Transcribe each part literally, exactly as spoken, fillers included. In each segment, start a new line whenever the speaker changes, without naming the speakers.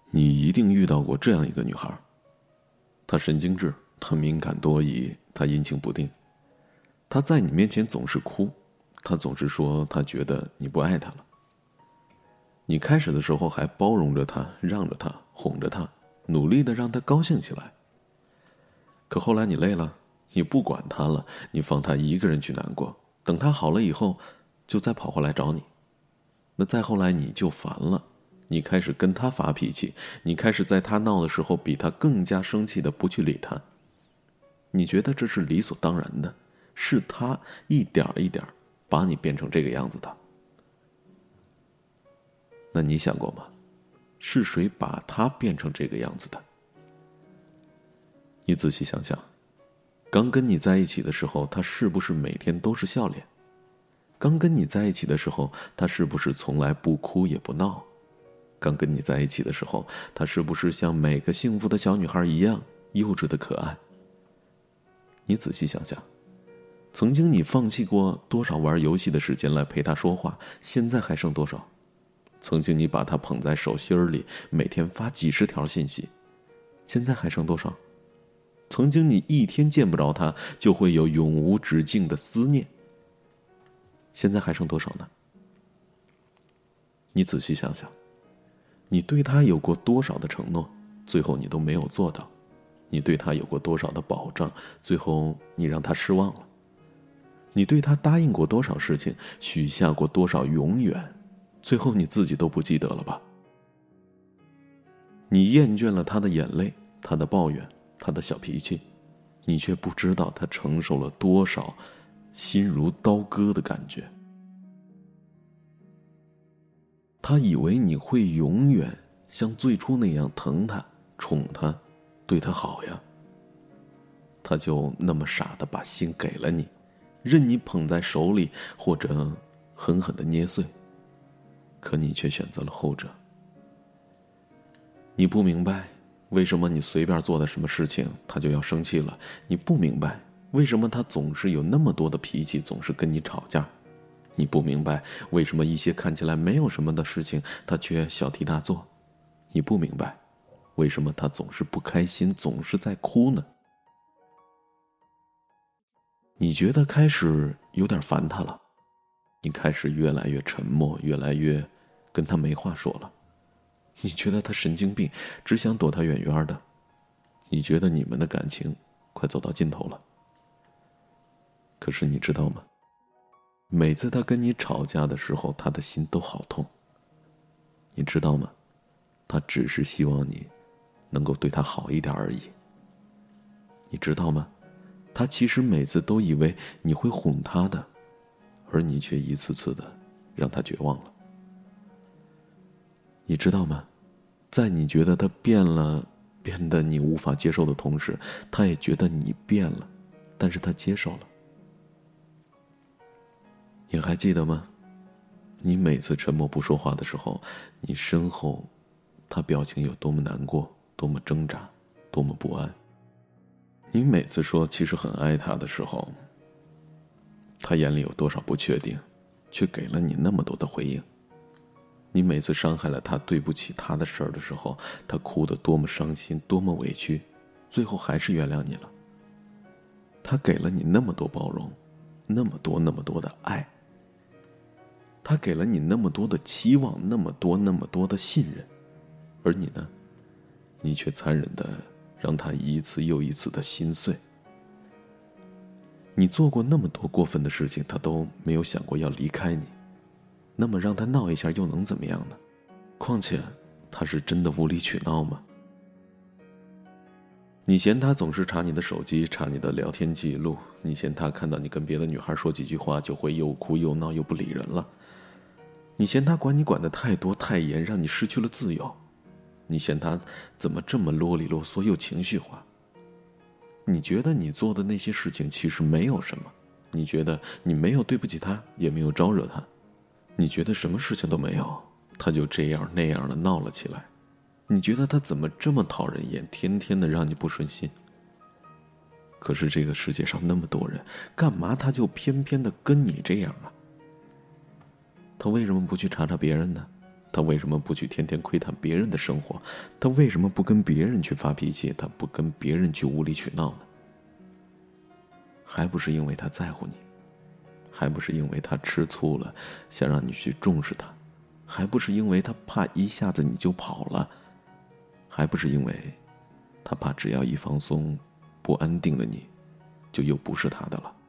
你一定遇到过这样一个女孩，她神经质，她敏感多疑，她阴晴不定，她在你面前总是哭，她总是说她觉得你不爱她了。你开始的时候还包容着她，让着她，哄着她，努力的让她高兴起来。可后来你累了，你不管她了，你放她一个人去难过，等她好了以后就再跑回来找你。那再后来你就烦了，你开始跟她发脾气，你开始在她闹的时候比她更加生气的不去理她。你觉得这是理所当然的，是她一点一点把你变成这个样子的。那你想过吗？是谁把她变成这个样子的？你仔细想想，刚跟你在一起的时候，她是不是每天都是笑脸？刚跟你在一起的时候，她是不是从来不哭也不闹？刚跟你在一起的时候，她是不是像每个幸福的小女孩一样幼稚的可爱？你仔细想想，曾经你放弃过多少玩游戏的时间来陪她说话，现在还剩多少？曾经你把她捧在手心里，每天发几十条信息，现在还剩多少？曾经你一天见不着她就会有永无止境的思念，现在还剩多少呢？你仔细想想，你对她有过多少的承诺，最后你都没有做到？你对她有过多少的保障，最后你让她失望了？你对她答应过多少事情，许下过多少永远，最后你自己都不记得了吧？你厌倦了她的眼泪，她的抱怨，她的小脾气，你却不知道她承受了多少心如刀割的感觉。她以为你会永远像最初那样疼她，宠她，对她好呀。她就那么傻的把心给了你，任你捧在手里，或者狠狠的捏碎。可你却选择了后者。你不明白为什么你随便做的什么事情他就要生气了，你不明白为什么他总是有那么多的脾气，总是跟你吵架，你不明白为什么一些看起来没有什么的事情他却小题大做，你不明白为什么他总是不开心，总是在哭呢？你觉得开始有点烦他了，你开始越来越沉默，越来越跟他没话说了。你觉得他神经病，只想躲他远远的。你觉得你们的感情快走到尽头了。可是你知道吗？每次他跟你吵架的时候，他的心都好痛。你知道吗？他只是希望你能够对他好一点而已。你知道吗？他其实每次都以为你会哄他的，而你却一次次的让他绝望了。你知道吗？在你觉得他变了，变得你无法接受的同时，他也觉得你变了，但是他接受了。你还记得吗？你每次沉默不说话的时候，你身后他表情有多么难过，多么挣扎，多么不安。你每次说其实很爱他的时候，他眼里有多少不确定，却给了你那么多的回应。你每次伤害了他，对不起他的事儿的时候，他哭得多么伤心，多么委屈，最后还是原谅你了。他给了你那么多包容，那么多那么多的爱，他给了你那么多的期望，那么多那么多的信任，而你呢？你却残忍的让他一次又一次的心碎。你做过那么多过分的事情，他都没有想过要离开你。那么让他闹一下又能怎么样呢？况且他是真的无理取闹吗？你嫌他总是查你的手机，查你的聊天记录，你嫌他看到你跟别的女孩说几句话就会又哭又闹又不理人了，你嫌他管你管得太多太严，让你失去了自由，你嫌他怎么这么啰里啰嗦又情绪化。你觉得你做的那些事情其实没有什么，你觉得你没有对不起他，也没有招惹他，你觉得什么事情都没有，他就这样那样的闹了起来。你觉得他怎么这么讨人厌，天天的让你不顺心。可是这个世界上那么多人，干嘛他就偏偏的跟你这样啊？他为什么不去查查别人呢？ 他为什么不去天天窥探别人的生活？他为什么不跟别人去发脾气？他不跟别人去无理取闹呢？还不是因为他在乎你，还不是因为他吃醋了，想让你去重视他，还不是因为他怕一下子你就跑了，还不是因为他怕只要一放松，不安定的你就又不是他的了。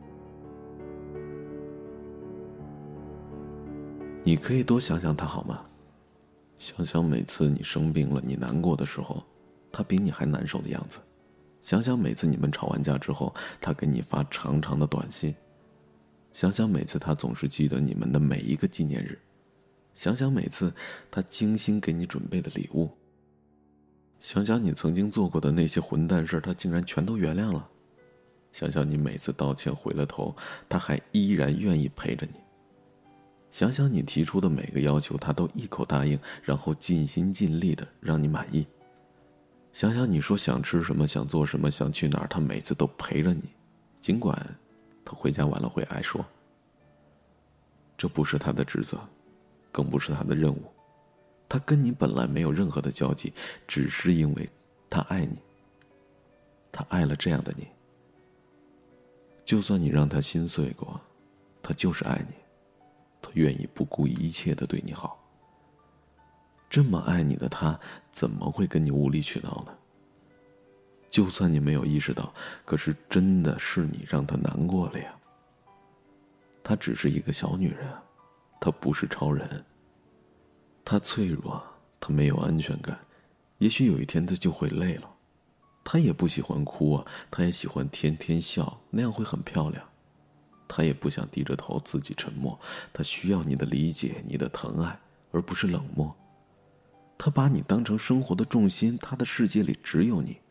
你可以多想想他好吗？想想每次你生病了，你难过的时候，他比你还难受的样子。想想每次你们吵完架之后，他给你发长长的短信。想想每次他总是记得你们的每一个纪念日。想想每次他精心给你准备的礼物。想想你曾经做过的那些混蛋事，他竟然全都原谅了。想想你每次道歉回了头，他还依然愿意陪着你。想想你提出的每个要求，他都一口答应，然后尽心尽力的让你满意。想想你说想吃什么，想做什么，想去哪儿，他每次都陪着你，尽管他回家晚了会挨说。这不是他的职责，更不是他的任务，他跟你本来没有任何的交集，只是因为他爱你，他爱了这样的你。就算你让他心碎过，他就是爱你，他愿意不顾一切的对你好。这么爱你的他，怎么会跟你无理取闹呢？就算你没有意识到，可是真的是你让他难过了呀。她只是一个小女人，她不是超人。她脆弱，她没有安全感，也许有一天她就会累了。她也不喜欢哭啊，她也喜欢天天笑，那样会很漂亮。她也不想低着头自己沉默，她需要你的理解，你的疼爱，而不是冷漠。她把你当成生活的重心，她的世界里只有你。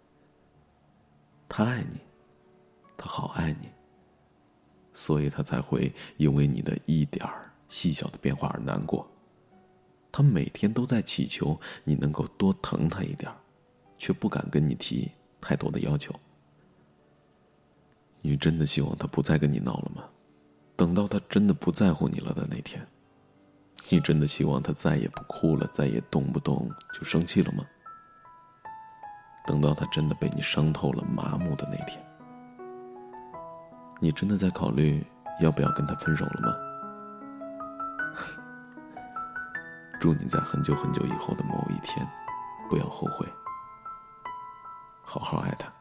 她爱你，她好爱你，所以她才会因为你的一点儿细小的变化而难过。她每天都在祈求你能够多疼她一点，却不敢跟你提太多的要求。你真的希望他不再跟你闹了吗？等到他真的不在乎你了的那天，你真的希望他再也不哭了，再也动不动就生气了吗？等到他真的被你伤透了，麻木的那天，你真的在考虑要不要跟他分手了吗？祝你在很久很久以后的某一天不要后悔，好好爱他。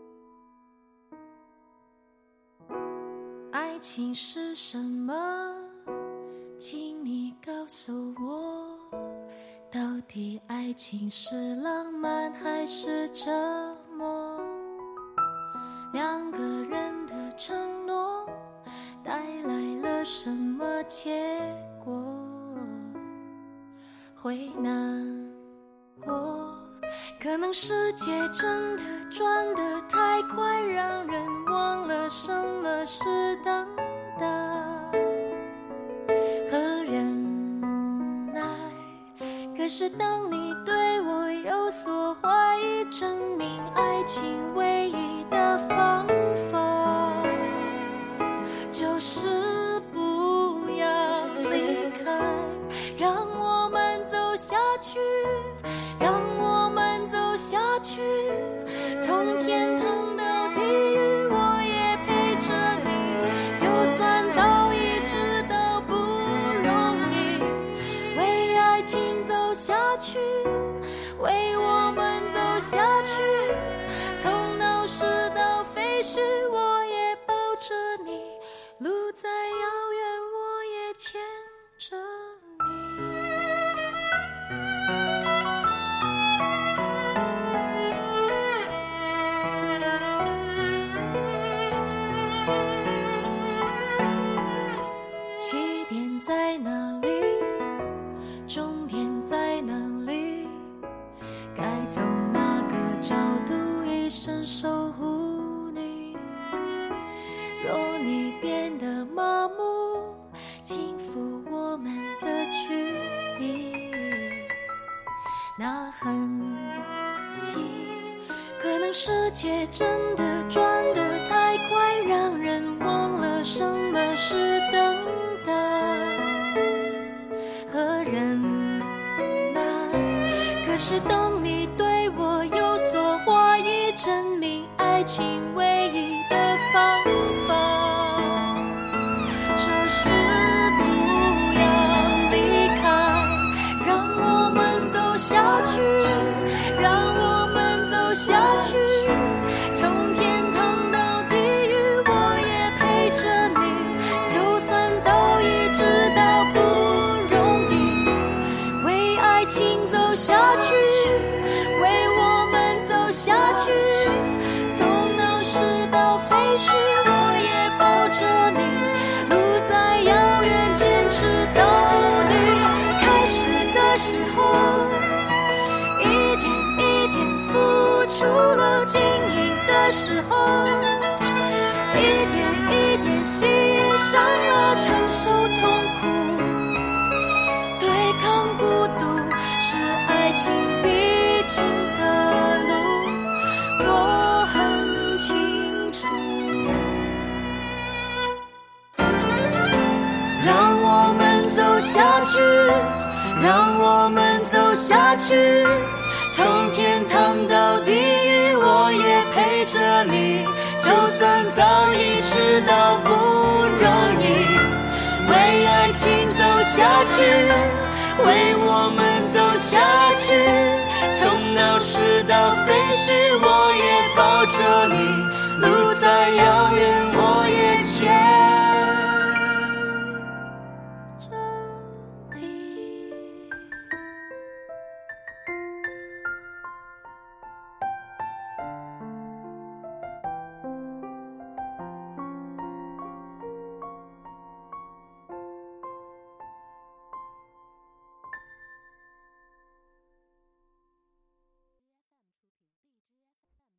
爱情是什么？请你告诉我，到底爱情是浪漫还是折磨？两个人的承诺带来了什么结果？会难过，可能世界真的转得太快，让人忘了什么是等待和忍耐。可是当你对我有所怀疑，证明爱情唯一的方法就是不要离开，让我们走下去，让我们走下去，从天堂到地狱我也陪着你，就算早已知道不容易，为爱情走下去，为我们走下去，从闹市到废墟我也抱着你，路再遥远我也牵着你。起点在哪里？终点在哪里？该从哪个角度一生守护你？若你变得麻木，轻抚我们的距离，那痕迹可能世界真的转得太快，让人忘了什么是等待和忍可是当你对我有所怀疑，证明爱情唯一的方法就是不要离开，让我们走下去，让我们走下去，从天堂到地狱我也陪着你，就算早已知道不容易，为爱情走下去，为我们走下去，从闹市到废墟我也抱着你，路再遥远坚持到底。开始的时候一点一点付出了，经营的时候一点一点喜上了，承受痛苦，对抗孤独是爱情必经的路，我很清楚。让我们走下去，让我们走下去，从天堂到地狱我也陪着你，就算早已知道不容易，为爱情走下去，为我们走下去，从闹市到废墟我也抱着你，路再遥远